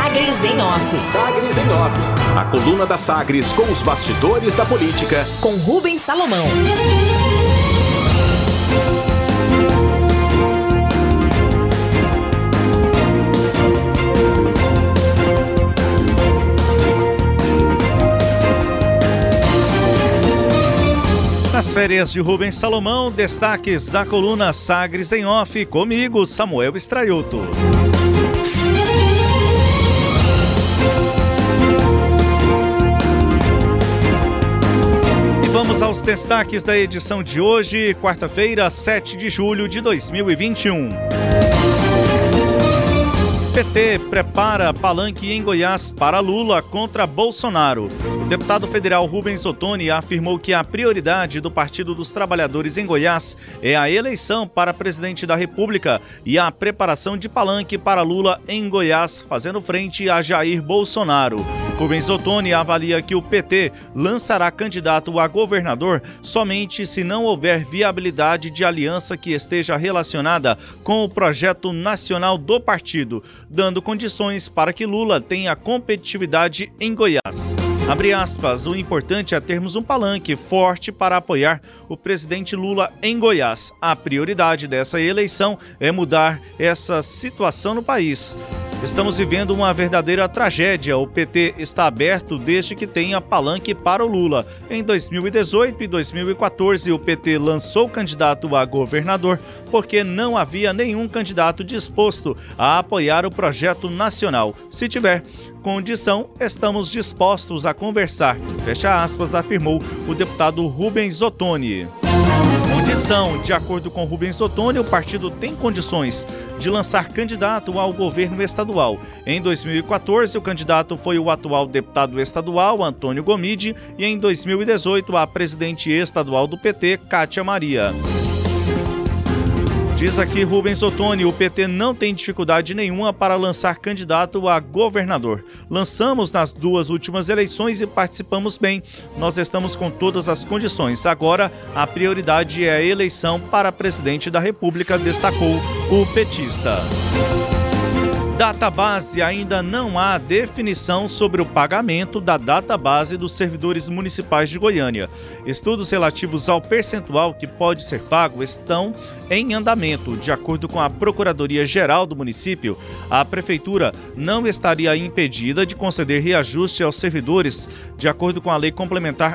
Sagres em Off. Sagres em Off. A coluna da Sagres com os bastidores da política. Com Rubens Salomão. Nas férias de Rubens Salomão, destaques da coluna Sagres em Off, comigo, Samuel Estraiuto. E vamos aos destaques da edição de hoje, quarta-feira, 7 de julho de 2021. PT prepara palanque em Goiás para Lula contra Bolsonaro. O deputado federal Rubens Ottoni afirmou que a prioridade do Partido dos Trabalhadores em Goiás é a eleição para presidente da República e a preparação de palanque para Lula em Goiás, fazendo frente a Jair Bolsonaro. Rubens Ottoni avalia que o PT lançará candidato a governador somente se não houver viabilidade de aliança que esteja relacionada com o projeto nacional do partido, dando condições para que Lula tenha competitividade em Goiás. Abre aspas, o importante é termos um palanque forte para apoiar o presidente Lula em Goiás. A prioridade dessa eleição é mudar essa situação no país. Estamos vivendo uma verdadeira tragédia. O PT está aberto desde que tenha palanque para o Lula. Em 2018 e 2014, o PT lançou candidato a governador porque não havia nenhum candidato disposto a apoiar o projeto nacional. Se tiver condição, estamos dispostos a conversar. Fecha aspas, afirmou o deputado Rubens Ottoni. Condição, de acordo com Rubens Ottoni, o partido tem condições de lançar candidato ao governo estadual. Em 2014, o candidato foi o atual deputado estadual, Antônio Gomide, e em 2018, a presidente estadual do PT, Cátia Maria. Diz aqui Rubens Ottoni, o PT não tem dificuldade nenhuma para lançar candidato a governador. Lançamos nas duas últimas eleições e participamos bem. Nós estamos com todas as condições. Agora, a prioridade é a eleição para presidente da República, destacou o petista. Database, ainda não há definição sobre o pagamento da database dos servidores municipais de Goiânia. Estudos relativos ao percentual que pode ser pago estão em andamento. De acordo com a Procuradoria-Geral do município, a Prefeitura não estaria impedida de conceder reajuste aos servidores, de acordo com a Lei Complementar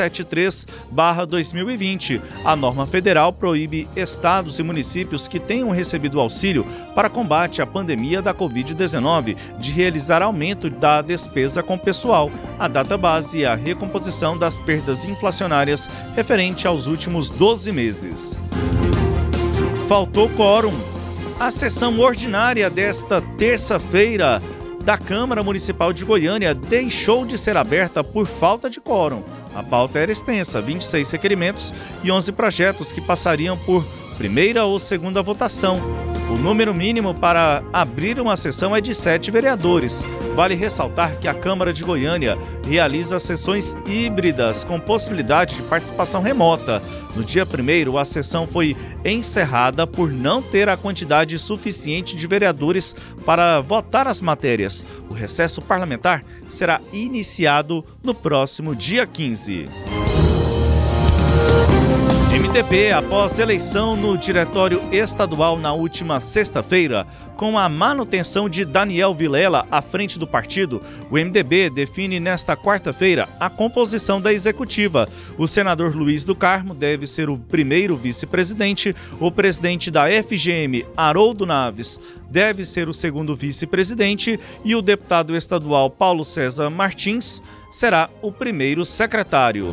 173/2020. A norma federal proíbe estados e municípios que tenham recebido auxílio para combate à pandemia da Covid-19 de realizar aumento da despesa com pessoal, a database e a recomposição das perdas inflacionárias referente aos últimos 12 meses. Faltou quórum. A sessão ordinária desta terça-feira da Câmara Municipal de Goiânia deixou de ser aberta por falta de quórum. A pauta era extensa, 26 requerimentos e 11 projetos que passariam por primeira ou segunda votação. O número mínimo para abrir uma sessão é de 7 vereadores. Vale ressaltar que a Câmara de Goiânia realiza sessões híbridas com possibilidade de participação remota. No dia 1º, a sessão foi encerrada por não ter a quantidade suficiente de vereadores para votar as matérias. O recesso parlamentar será iniciado no próximo dia 15. MDB, após eleição no Diretório Estadual na última sexta-feira, com a manutenção de Daniel Vilela à frente do partido, o MDB define nesta quarta-feira a composição da executiva. O senador Luiz do Carmo deve ser o primeiro vice-presidente, o presidente da FGM, Haroldo Naves, deve ser o segundo vice-presidente e o deputado estadual Paulo César Martins será o primeiro secretário.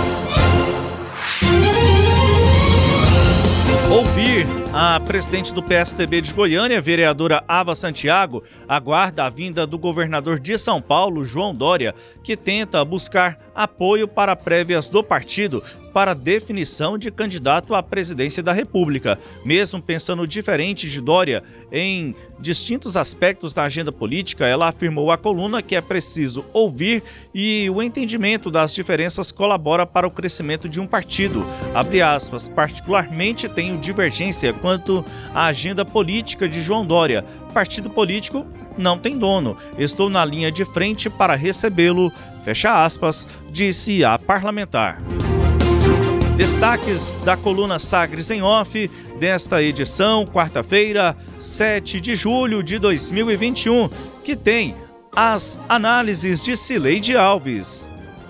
Ouvir. A presidente do PSDB de Goiânia, vereadora Ava Santiago, aguarda a vinda do governador de São Paulo, João Dória, que tenta buscar apoio para prévias do partido para definição de candidato à presidência da República. Mesmo pensando diferente de Dória em distintos aspectos da agenda política, ela afirmou à coluna que é preciso ouvir e o entendimento das diferenças colabora para o crescimento de um partido. Abre aspas, particularmente tenho divergência quanto à agenda política de João Dória. Partido político não tem dono. Estou na linha de frente para recebê-lo, fecha aspas, disse a parlamentar. Destaques da coluna Sagres em Off desta edição, quarta-feira, 7 de julho de 2021, que tem as análises de Cileide Alves.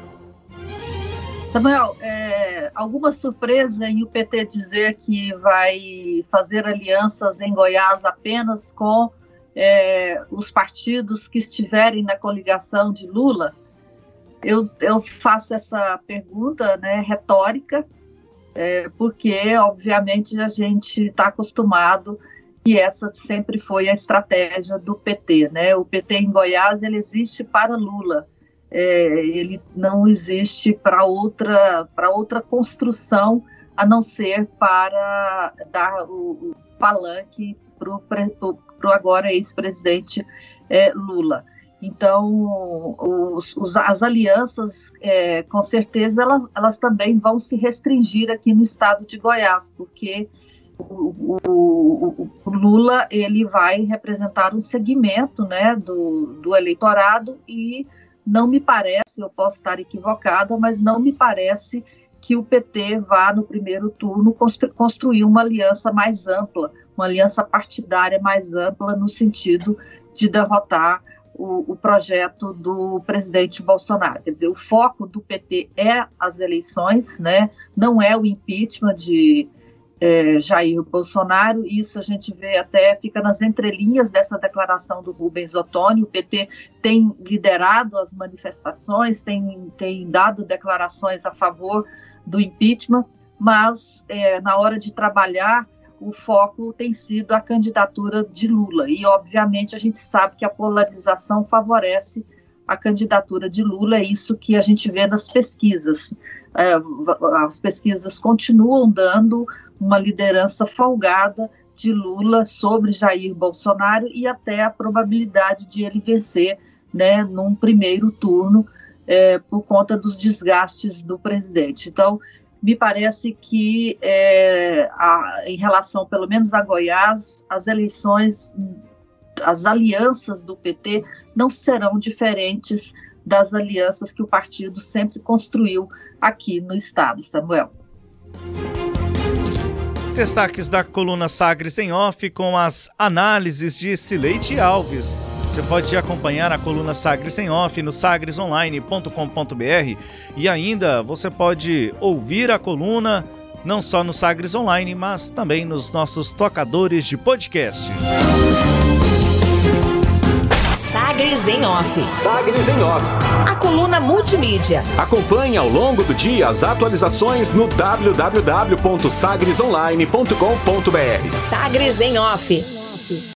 Samuel, alguma surpresa em o PT dizer que vai fazer alianças em Goiás apenas com os partidos que estiverem na coligação de Lula? Eu faço essa pergunta, retórica, porque, obviamente, a gente está acostumado que essa sempre foi a estratégia do PT, O PT em Goiás, ele existe para Lula, ele não existe para outra construção, a não ser para dar o palanque para o agora ex-presidente Lula. Então, as alianças, com certeza, elas também vão se restringir aqui no estado de Goiás, porque o Lula ele vai representar um segmento do eleitorado e não me parece, eu posso estar equivocada, mas não me parece que o PT vá, no primeiro turno, construir uma aliança mais ampla, uma aliança partidária mais ampla, no sentido de derrotar o projeto do presidente Bolsonaro. Quer dizer, o foco do PT é as eleições, não é o impeachment de Jair Bolsonaro. Isso a gente vê até, fica nas entrelinhas dessa declaração do Rubens Ottoni. O PT tem liderado as manifestações, tem dado declarações a favor do impeachment, mas na hora de trabalhar, o foco tem sido a candidatura de Lula, e obviamente a gente sabe que a polarização favorece a candidatura de Lula, é isso que a gente vê nas pesquisas. As pesquisas continuam dando uma liderança folgada de Lula sobre Jair Bolsonaro, e até a probabilidade de ele vencer, num primeiro turno, por conta dos desgastes do presidente. Então, me parece que, em relação, pelo menos a Goiás, as eleições, as alianças do PT não serão diferentes das alianças que o partido sempre construiu aqui no estado, Samuel. Destaques da coluna Sagres em Off com as análises de Cileide Alves. Você pode acompanhar a coluna Sagres em Off no sagresonline.com.br e ainda você pode ouvir a coluna não só no Sagres Online, mas também nos nossos tocadores de podcast. Sagres em Off. Sagres em Off. A coluna multimídia. Acompanhe ao longo do dia as atualizações no www.sagresonline.com.br. Sagres em Off.